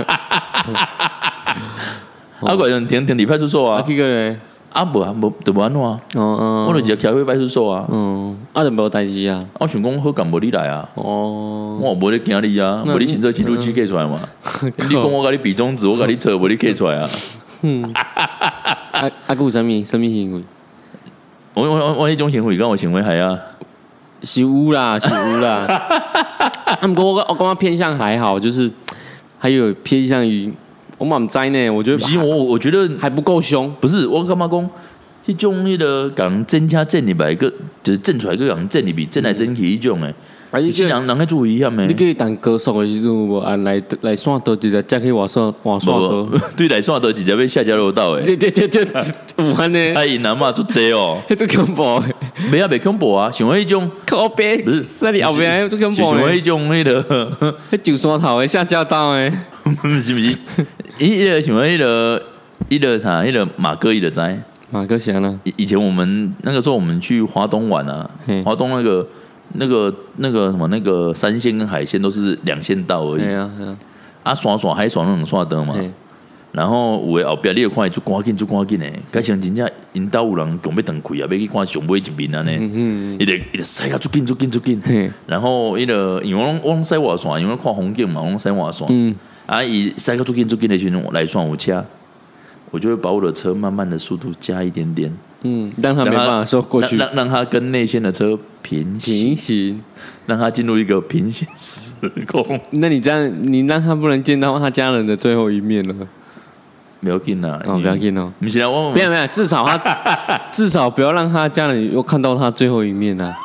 啊，个人停停伫派出所啊。 几个人？ 啊无啊无就无安怎啊？哦哦，我就直接徛去派出所啊。 嗯，啊就无代志啊。 我想讲好干无你来啊。哦，我无咧惊你啊，无你行车记录器寄出来嘛。你讲我甲你比中指，我甲你测，无你寄出来啊。嗯。 啊啊，有啥物啥物行为？ 我我我我迄种行为，跟我行为还啊。 是有啦，是有啦。啊，不过我我感觉偏向还好，就是还有偏向于。我嘛唔知呢，我觉得， 其实我我觉得还不够凶。 不是我干嘛讲？迄种迄个讲增加震里边个，就是震出来个讲震里比震来震去迄种诶。 啊，你这人人喺做危险诶。 你可以当歌手的时阵，无按来来线倒直接接去外线外线倒。 对，来线倒直接要下交流道诶。 对对对对，有安尼。 哎，因阿嬷做济哦， 迄做恐怖诶。 没啊，袂恐怖啊，像迄种靠边，不是，是你后边做恐怖诶。 像迄种迄个， 迄九山头诶下交道诶。 不是不是，迄个像迄个迄个啥，迄个马哥伊的知。 马哥祥呢？ 以以前我们那个时候，我们去华东玩啊，华东那个。那个那个什么，那个山线跟海线都是两线道而已。 对啊，对啊。 啊，刷刷海刷那种刷灯嘛。然后有的后壁你有看伊就赶紧就赶紧诶，改成真正因兜有人强要断开啊，要去看上尾一面安尼。嗯嗯。伊就伊就驶甲足紧足紧足紧。然后伊就因为我拢我拢驶外线，因为看风景嘛，我拢驶外线。嗯。啊，伊驶甲足紧足紧的时阵来算有车，我就会把我的车慢慢的速度加一点点。 嗯，让他没办法说过去， 让让他跟内线的车平行， 平行， 让他进入一个平行时空。 那你这样，你让他不能见到他家人的最后一面了。 不要紧啦， 哦，不要紧哦， 不是啊，我没有没有，至少他至少不要让他家人又看到他最后一面啊。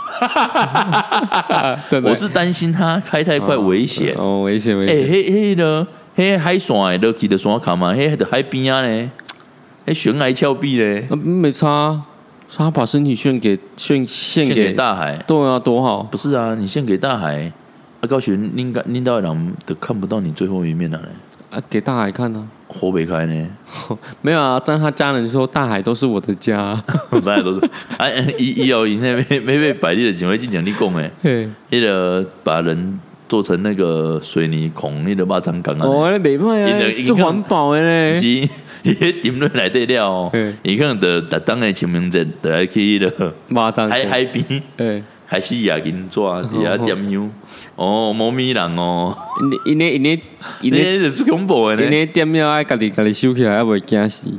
我是担心他开太快危险哦，危险危险。 哎，嘿嘿的，嘿海线的落去的山卡嘛，嘿的海边啊呢。哎，悬崖峭壁嘞， 啊，没差，他把身体献给献献给, 给大海， 对啊，多好。 不是啊，你献给大海，啊，高悬应该领导人都看不到你最后一面了嘞。 啊，给大海看呢、啊， 活没开呢？ 没有啊，但他家人说大海都是我的家， 大海都是。哎、啊，以以后以那没没被百丽的警卫进讲你讲诶，那个把人做成那个水泥孔，那个蚂蚱港啊， 哦，那没卖啊，这环保的嘞。 伊迄点落来底了哦，伊可能得特当的清明节得来去迄个海海边，海是亚银抓底下点香哦，猫咪人哦， 因因因因因因最恐怖的呢， 因点了爱家己家己收起来，还袂惊死，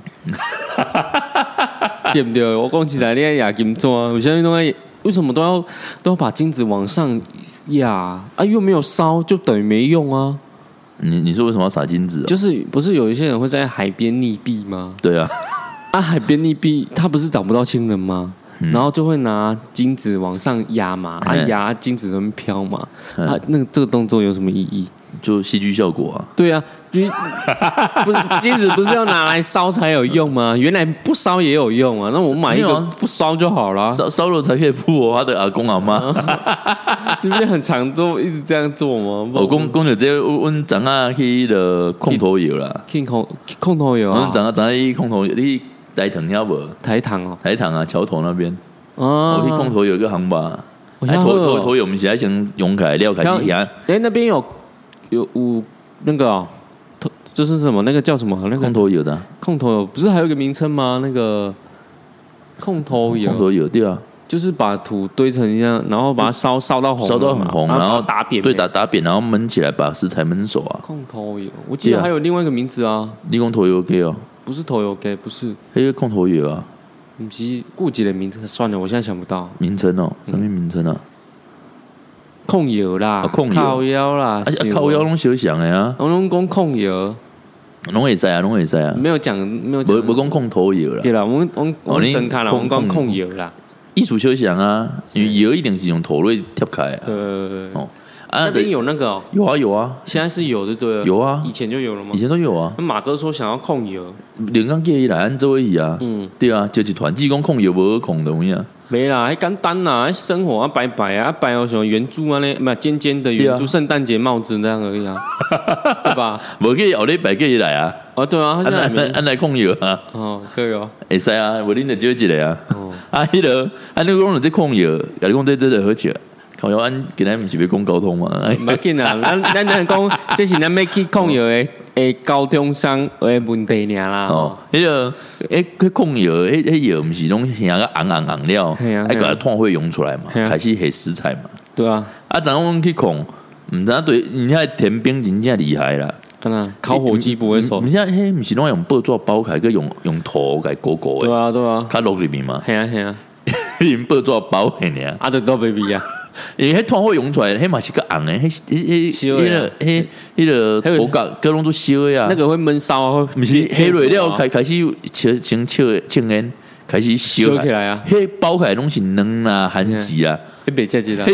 对不对？我讲起来，你爱亚金抓，为什么都要？为什么都要都要把金子往上压啊？又没有烧，就等于没用啊。 你你说为什么要撒金子、哦？ 就是不是有一些人会在海边溺毙吗？ 对啊， 啊，海边溺毙，他不是找不到亲人吗？嗯、然后就会拿金子往上压嘛，啊，压金子在那边飘嘛，啊，那个这个动作有什么意义？ 就戏剧效果啊。 对啊，就不是金子不是要拿来烧才有用吗？原来不烧也有用啊。那我买一个不烧就好了， 烧烧了才可以付我他的阿公阿妈。 你不是很常都一直这样做吗？ 我公公就直接问长啊去的空头油啦， 去空空头油啊， 长啊长啊去空头油，你台糖要不？ 台糖哦， 台糖啊，桥头那边哦，我去空头有一个行吧，哎，头头头油我们现在先用起来料开始呀， 哎，那边有有有那个、哦。就是什么那个叫什么那个空头油的、啊、 空头油不是还有一个名称吗？那个空头油， 空头油对啊， 就是把土堆成一样，然后把它烧烧到红， 烧到很红，然后打扁， 对打打扁，然后焖起来，把食材焖熟啊。 空头油，我记得还有另外一个名字啊， 你空头油给哦， 不是头油给，不是， 还有空头油啊， 不是顾及的名字，算了，我现在想不到名称哦，什么名称啊？ 控油啦， 控油靠腰啦， 而且靠腰拢小想的啊， 我拢讲控油。 拢会使啊，拢会使啊， 没有讲，没有讲， 无无讲控头油啦。 对啦，我们我们我们真看啦，我们讲控油啦。 艺术休想啊，因为油一定是用头类贴开啊。 对对对哦，啊，那边有那个哦， 有啊有啊， 现在是有的对了。 有啊， 以前就有了吗？ 以前都有啊。 那马哥说想要控油， 连刚建议来按周一啊，嗯，对啊，就一团技工控油无控的样。 没啦，还简单啦，生活啊，摆摆啊，摆有什么圆珠啊，那没尖尖的圆珠，圣诞节帽子那样而已啊，对吧？ 无可以后日摆过来啊， 哦对啊，他现在按按来控油啊， 哦可以哦， 会使啊，无恁就少一个啊，哦，啊，迄个啊，你讲这控油，甲你讲这这个好笑。靠腰安今日毋是要讲交通嘛？ 唔要紧啊，咱咱咱讲，这是咱要去控油的诶交通上诶问题尔啦。哦， 迄个诶，去控油，迄迄油毋是拢像个红红红了，爱甲它炭火用出来嘛，开始下食材嘛。 对啊， 啊，怎样去控？毋知对，你看田兵真正厉害啦。 啊，烤火鸡不会熟。 你看，迄毋是拢用报纸包开，个用用土来裹裹诶。 对啊，对啊， 卡落里面嘛。 系啊，系啊， 用报纸包诶尔。 啊，就都 baby 啊。 因为迄炭火用出来，迄嘛是个红诶，迄迄迄个迄迄个头角，各拢做烧诶啊。 那个会闷烧啊， 毋是黑蕊了开开始先先烧青烟，开始烧起来啊。 迄包起来拢是软啊、含籽啊， 迄袂接接啦。 迄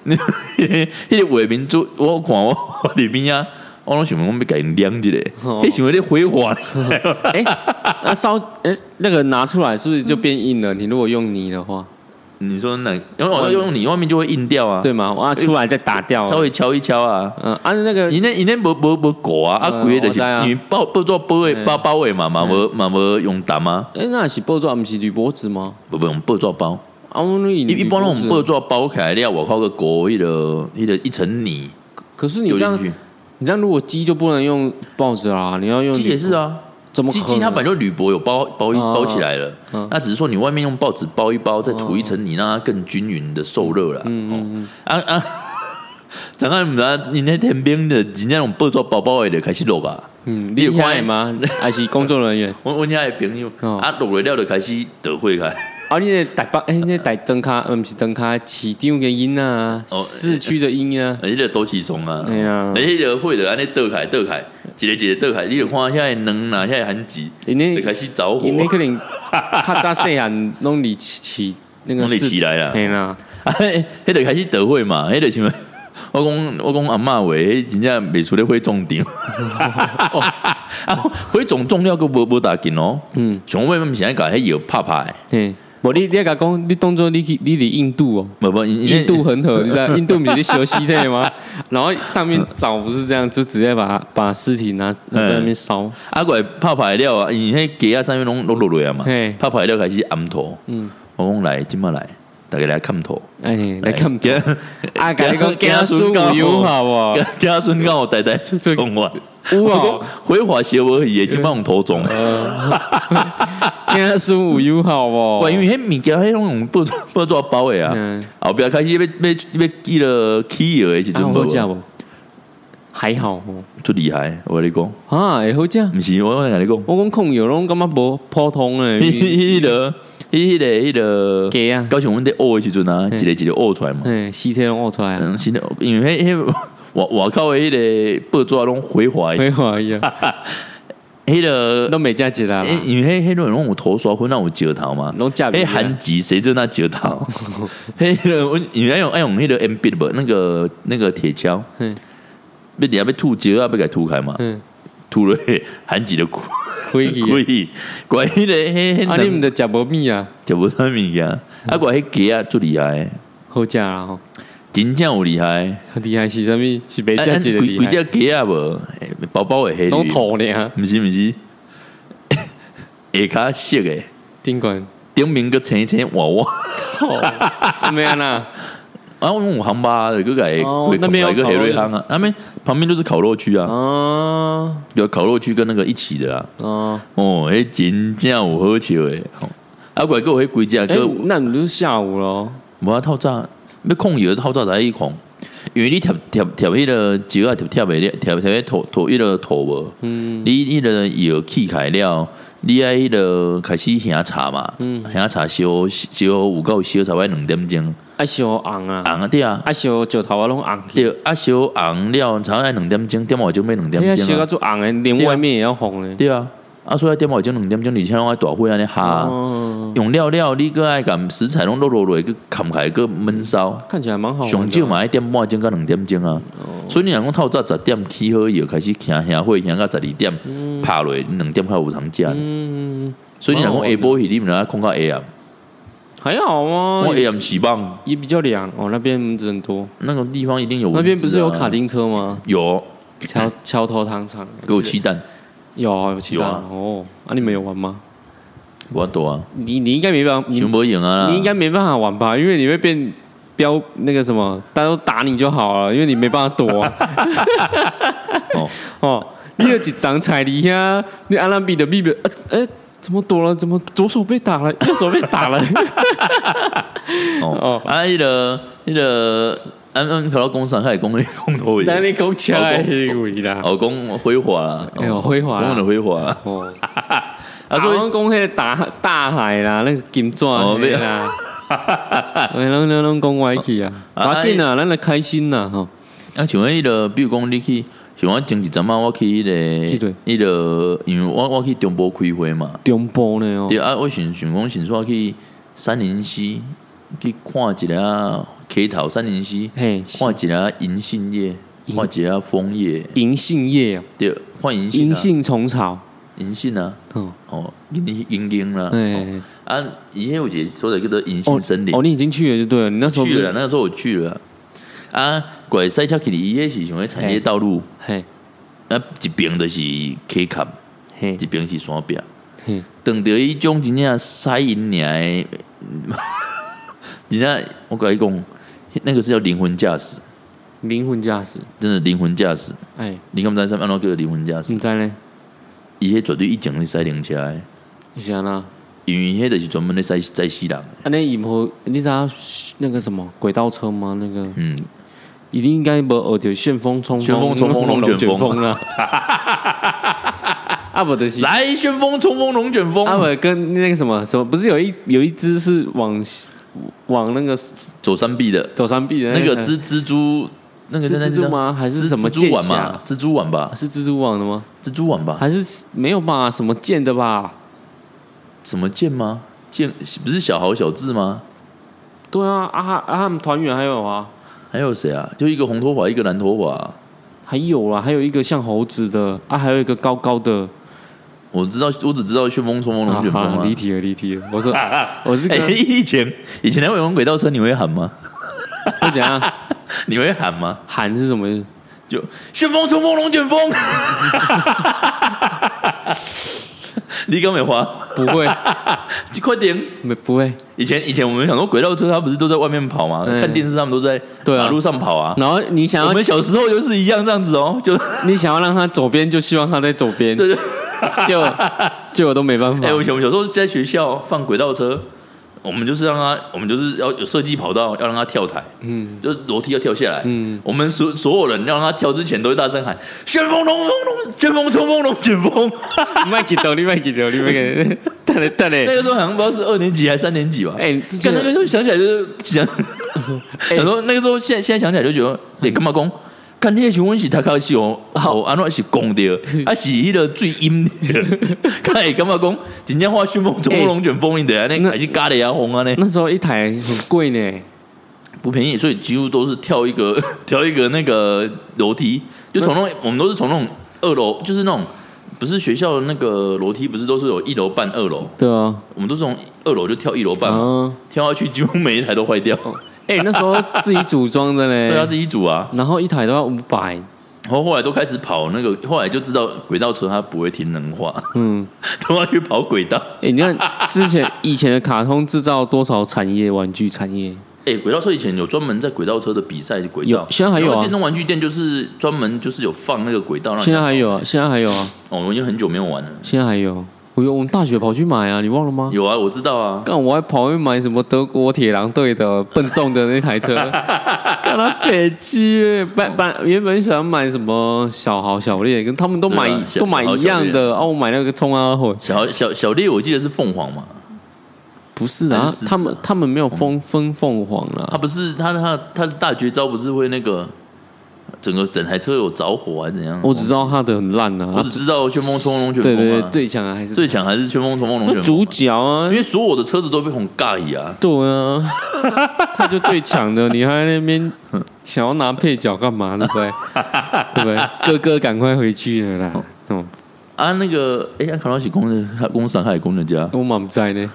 迄个画面做，我看我里边啊，我拢想讲要给你亮一个，迄想要挥华。 哎，那烧哎那个拿出来是不是就变硬了？你如果用泥的话， 你说那因为我用泥外面就会硬掉啊， 对吗？我出来再打掉， 稍微敲一敲啊。 嗯，啊那个， 伊那伊那无无无果啊，啊贵的是因为包包做包的包包的嘛，嘛无嘛无用淡啊。 哎，那是包做，不是铝箔纸吗？ 不不用包做包。 啊，我一一般那种包做包起来了，我靠个果一个一个一层泥。 可是你这样，你这样如果鸡就不能用报纸啦，你要用鸡也是啊。 怎么鸡鸡它本来就铝箔有包包包起来了，那只是说你外面用报纸包一包，再涂一层泥，让它更均匀的受热了。嗯嗯啊啊！怎啊？唔知你那天边的人家那种包做包包的开始落啊？ 嗯，你看吗？还是工作人员？ 我我家的朋友啊，落来了就开始得会开。 啊，你那台北哎，那台增卡，不是增卡，市场的音啊，市区的音啊， 你那多起松啊， 哎呀， 你那会的安尼倒开倒开，一个一个倒开，你就看现在能拿现在寒极，就开始着火。 你可能较早细汉拢离起那个起来了， 嘿啦， 啊，迄就开始得会嘛，迄就什么？我讲我讲阿嬷话，迄真正袂出咧会中场，啊，会中中了个无无大劲哦。嗯，上尾毋是爱甲迄药拍拍。 嘿，无你你甲讲，你当作你去你伫印度哦， 不不， 印度恒河，你知道印度不是修西特吗？然后上面早不是这样，就直接把把尸体拿在那边烧。 啊，过来拍拍了啊，因为迄鸡啊上面拢拢落落啊嘛，拍拍了开始暗土。嗯，我讲来，今麦来。大家来看头， 哎，来看头。啊，甲你讲家孙有友好无？ 家孙刚我代代出中完， 有啊， 辉华协我也今帮用头中。 家孙有友好无？ 因为迄物件迄种用不不做包的啊，后边开始要要要记了起药的时阵， 好食无？还好哦， 最厉害，我跟你讲啊，会好食？ 不是，我跟你讲， 我讲控油拢感觉无普通诶， 迄个。迄个迄个鸡啊， 高雄阮伫学的时阵啊，一个一个学出来嘛， 嗯，尸体拢学出来啊， 嗯，是的，因为迄迄外外口的迄个报纸拢回滑， 回滑一样， 迄个都没加几啦， 因为迄迄种拢有头刷昏，那有石头嘛， 拢加， 迄韩籍谁就那石头，迄个我因为用爱用迄个 M B 不，那个那个铁锹，嗯，要底下要吐石啊，要给吐开嘛，嗯，吐了韩籍的苦。可以，可以，怪迄个迄， 啊，你们的食无米啊， 食无啥物件，啊，怪迄鸡啊，最厉害， 好食啦吼， 真正有厉害， 厉害是啥物？是袂食一个厉害， 几只鸡啊无，包包的黑， 拢土呢， 毋是毋是，下骹色的， 顶管顶面个青青娃娃， 没啊啦。 啊，我们有航吧，有个改那边有一个黑瑞航啊，那边旁边就是烤肉区啊，哦，有烤肉区跟那个一起的啊，哦，哦，哎，真正有好笑诶，啊，怪个迄几只个， 那你就是下午咯， 无啊，透早要控油透早才去控，因为你贴贴贴迄个石啊，贴贴袂了，贴贴迄土土迄个土无，嗯，你迄个油起开了。你爱迄个开始香茶嘛，嗯，香茶烧烧有够烧差不多两点钟， 啊烧红啊， 红啊对啊， 啊烧石头啊拢红， 对，啊烧红了差不多两点钟，点外钟要两点钟啊， 烧到做红诶，连外面也要红诶， 对啊，啊所以点外钟两点钟，而且拢爱大火安尼下，用料料你个爱甲食材拢落落落去砍开个焖烧， 看起来蛮好， 上少嘛爱点半钟到两点钟啊，所以你若讲透早十点起好以后开始香香火香到十二点拍落，两点才有通食。嗯，所以你若讲下晡去，你们要控到 A M， 还好吗？ 我 A M 起棒也比较凉哦，那边蚊子很多， 那个地方一定有蚊子、啊。 那边不是有卡丁车吗？ 有， 桥桥头糖厂给我鸡蛋， 有有鸡蛋、啊、哦。啊，你们有玩吗？ 我多啊， 你你应该没办法， 全部赢啊！ 你应该没办法玩吧？因为你会变标那个什么，大家都打你就好了，因为你没办法躲、啊。哦哦，你有几张彩礼呀？你阿拉比的比比，哎、欸，怎么躲了？怎么左手被打了，右手被打了？ 哦哦，啊，那个那个，俺俺考到工厂，开始工工头位， 那你讲起来会啦， 哦，讲辉华啦， 哎呦，辉华， 讲的辉华哦。啊，所以讲迄个大大海啦，那个金钻啦，哎，拢拢拢讲歪去啊，快紧啊，咱来开心呐吼。 啊，像迄个，比如讲你去，像我前一阵啊，我去迄个，迄个，因为我我去中部开会嘛， 中部呢哦， 对啊，我想想讲，想说去三林溪去看一下 K 头三零四，换一下银杏叶，换一下枫叶， 银杏叶对，换银杏， 银杏虫草， 银杏啊，哦，银银银啦，啊，以前我姐说的叫做银杏森林， 哦，你已经去了就对了，你那时候去了，那时候我去了，啊，拐塞车去里，伊迄是像个产业道路，嘿，啊，一边就是 K 坎，嘿，一边是山壁，嘿，等到伊种真正塞银尔的，真正我跟你讲。那个是叫灵魂驾驶， 灵魂驾驶， 真的灵魂驾驶。哎，你敢不知上面按照叫灵魂驾驶？ 唔知呢？ 伊迄绝对一整咧塞灵车的， 是安啦。 因为迄就是专门咧塞塞死人。 啊，那以后你知道那个什么轨道车吗？那个嗯，一定应该无学着旋风冲锋， 旋风冲锋龙卷风啦。啊不的是来旋风冲锋龙卷风。 啊不跟那个什么什么，不是有一有一只是往。往那个走山壁的， 走山壁的那个蜘蜘蛛，那个是蜘蛛吗？还是什么蜘蛛网嘛？蜘蛛网吧？ 是蜘蛛网的吗？ 蜘蛛网吧？ 还是没有吧？什么剑的吧？ 什么剑吗？剑不是小豪小智吗？ 对啊，啊啊！他们团员还有啊， 还有谁啊？就一个红头发，一个蓝头发， 还有啦，还有一个像猴子的啊，还有一个高高的。 我知道，我只知道旋风冲锋龙卷风啊！ 离题了，离题了。我说，我是哎，以前以前那会玩轨道车，你会喊吗？ 会怎样？ 你会喊吗？ 喊是什么意思？ 就旋风冲锋龙卷风。你刚没花？ 不会， 快点！ 没不会。 以前以前我们想说轨道车，它不是都在外面跑吗？看电视他们都在马路上跑啊。 然后你想要， 我们小时候就是一样这样子哦，就你想要让它左边，就希望它在左边。对对。就就我都没办法。 哎、欸，我们小时候在学校放轨道车，我们就是让他，我们就是要有设计跑道，要让他跳台，嗯，就是楼梯要跳下来，嗯，我们所所有人要让他跳之前，都会大声喊“旋风龙风龙，旋风冲锋龙卷风”。 麦记到你麦记到你麦记，对嘞对嘞。 那个时候好像不知道是二年级还是三年级吧？哎、欸，那个时候想起来就是想，很多那个时候现在现在想起来就觉得，哎、欸，干嘛讲？看那个新闻是他开始哦，好安怎是讲的，啊是迄个最阴的，看会感觉讲真正画旋风冲锋龙卷风印的，那还是咖喱啊红啊呢？ 那时候一台很贵呢， 不便宜，所以几乎都是跳一个跳一个那个楼梯，就从那我们都是从那种二楼，就是那种不是学校的那个楼梯，不是都是有一楼半二楼？ 对啊， 我们都是从二楼就跳一楼半嘛，跳下去几乎每一台都坏掉。 哎、欸，那时候自己组装的嘞， 对啊，自己组啊， 然后一台都要五百， 然后后来都开始跑那个，后来就知道轨道车它不会听人话，嗯，都要去跑轨道。 哎、欸，你看之前以前的卡通制造多少产业玩具产业？ 哎、欸，轨道车以前有专门在轨道车的比赛轨道， 现在还有啊。 电动玩具店就是专门就是有放那个轨道， 现在还有啊，现在还有啊。 哦，我已经很久没有玩了， 现在还有。我我们大学跑去买啊，你忘了吗？ 有啊，我知道啊。 干，我还跑去买什么德国铁狼队的笨重的那台车，干他北极。本本原本想买什么小豪小烈，跟他们都买、啊、都买一样的。哦，我买那个冲啊会小小小烈，我记得是凤凰嘛。 不是啊，是他们他们没有分分凤凰了。 他不是他他他的大绝招不是会那个。整个整台车有着火还是怎样？ 我只知道他的很烂啊， 我只知道旋风冲锋龙卷风、啊， 对对对，最强还是最强还是旋风冲锋龙卷风、啊。 主角啊， 因为所有的车子都被红尬椅啊。 对啊，他就最强的，你还在那边想要拿配角干嘛？对不对？对不对？哥哥赶快回去了啦。哦啊，那个哎，看到是工人，工上海工人家， 我嘛不知呢。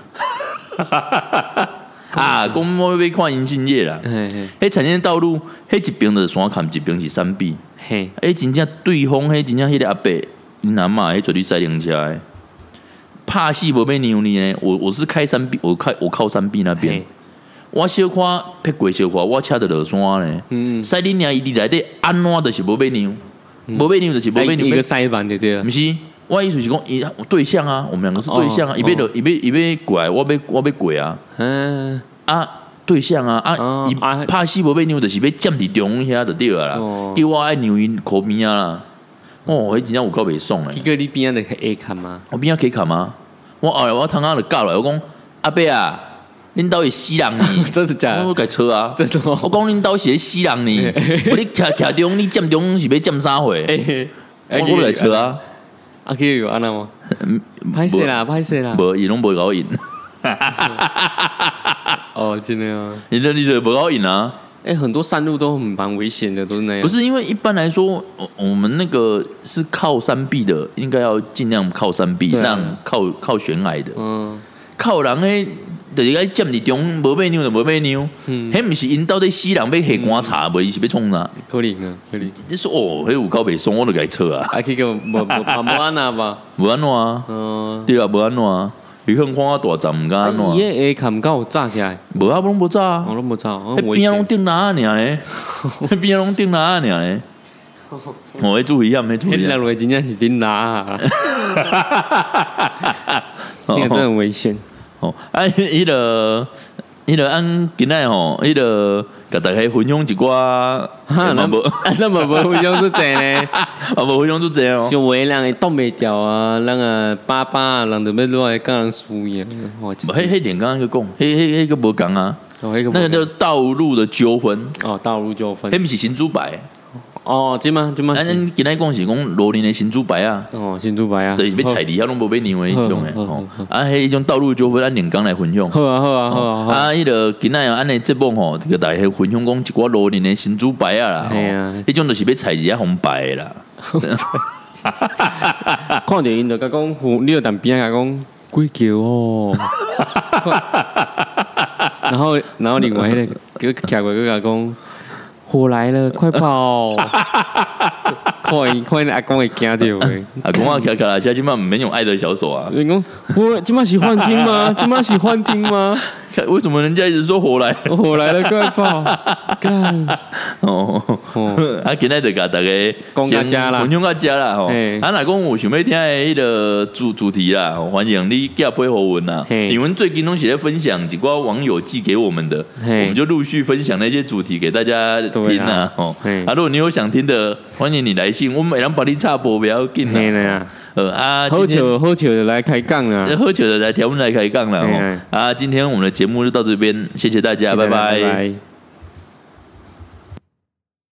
啊，讲我要看银杏叶啦，迄产业道路，迄一边就是山坎，一边是山壁，嘿，迄真正对方，迄真正迄个阿伯，恁阿嬷迄绝对塞灵车的，怕死无要扭你呢。我我是开山壁，我开我靠山壁那边，我小看撇过小看，我车就落山呢。嗯，塞恁娘伊伫内底安怎就是无要扭，无要扭就是无要扭， 一个塞板对对， 不是。我意思是讲，伊对象啊，我们两个是对象啊，伊、哦、要伊、哦、要伊要过来，我要我要过啊，嗯啊对象啊啊，伊、哦、拍死无要扭，就是要占伫中央遐就对了啦，哦、叫我爱扭因靠边啊啦，哦，迄真正有够袂爽嘞。 迄个你边仔就可以看吗？ 我边仔可以看吗？我后来我头仔就教来，我讲阿伯啊，恁兜是死人呢？ 真的假的？ 我改车啊， 真的、哦。 我讲恁兜是死人呢，我你徛徛中，你占中是要占啥货？我我改车啊。 啊，可以有安那吗？拍摄啦，拍摄啦。 无，伊拢无搞赢。 哦，真的啊！ 你这你这无搞赢啊！ 哎、欸，很多山路都很蛮危险的，都是那样。 不是因为一般来说，我们那个是靠山壁的，应该要尽量靠山壁，啊、让靠靠悬崖的。嗯，靠人诶，就是该占伫中，无买牛就无买牛。嗯，迄毋是因到底死人要下棺查，无伊是要创啥？ 可能啊，可能。 你说哦，迄有够袂爽，我都该错啊。 啊，去个无无无安那吧？ 无安怎啊？嗯，对啊，无安怎啊？你看看我大站唔敢安怎？ 伊个下坎够炸起来？ 无啊，拢无炸啊， 我拢无炸。 迄边拢顶哪尔咧？迄边拢顶哪尔咧？我会注意一下，没注意。 那路真正是顶哪啊？那个真的很危险。 哦，啊，迄个，迄个按今仔吼，迄个甲大家分享一寡，哈， 那无，那无无分享出济呢？ 啊，无分享出济哦。 就为人会挡袂掉啊，人啊爸爸，人就要落来跟人输赢。 无，迄迄点刚刚个讲，迄迄迄个无讲啊。哦，那个叫道路的纠纷。 哦，道路纠纷。 迄毋是新竹牌。 哦，即嘛即嘛， 咱今仔讲是讲罗林的新竹牌啊， 哦，新竹牌啊， 就是要踩底下拢无买牛的迄种诶，吼，啊，迄一种道路纠纷，按连讲来分享， 好啊好啊好啊， 啊，迄个今仔按呢节目吼，这个大家分享讲一寡罗林的新竹牌啊啦， 系啊， 迄种就是要踩底下红牌啦， 看到因就甲讲，你就当边甲讲鬼叫哦，然后然后另外迄个徛过去甲讲。火来了，快跑！快快，阿公会惊到诶！ 阿公啊，卡卡啦，现在今晚没有爱的小手啊！ 你讲我今晚是幻听吗？今晚是幻听吗？ 为什么人家一直说火来？ 火来了，快跑！干哦哦！啊，今仔就甲大家讲到家啦， 分享到家啦吼！啊，若讲有想要听的迄个主主题啦，欢迎你寄配互文啦。因为最近拢是在分享一寡网友寄给我们的，我们就陆续分享那些主题给大家听啊！哦，啊，如果你有想听的，欢迎你来信，我们每人帮你插播，不要紧啦。呃啊， 好巧好巧的来开杠了， 好巧的来条目来开杠了哦！啊，今天我们的节目就到这边，谢谢大家，拜拜。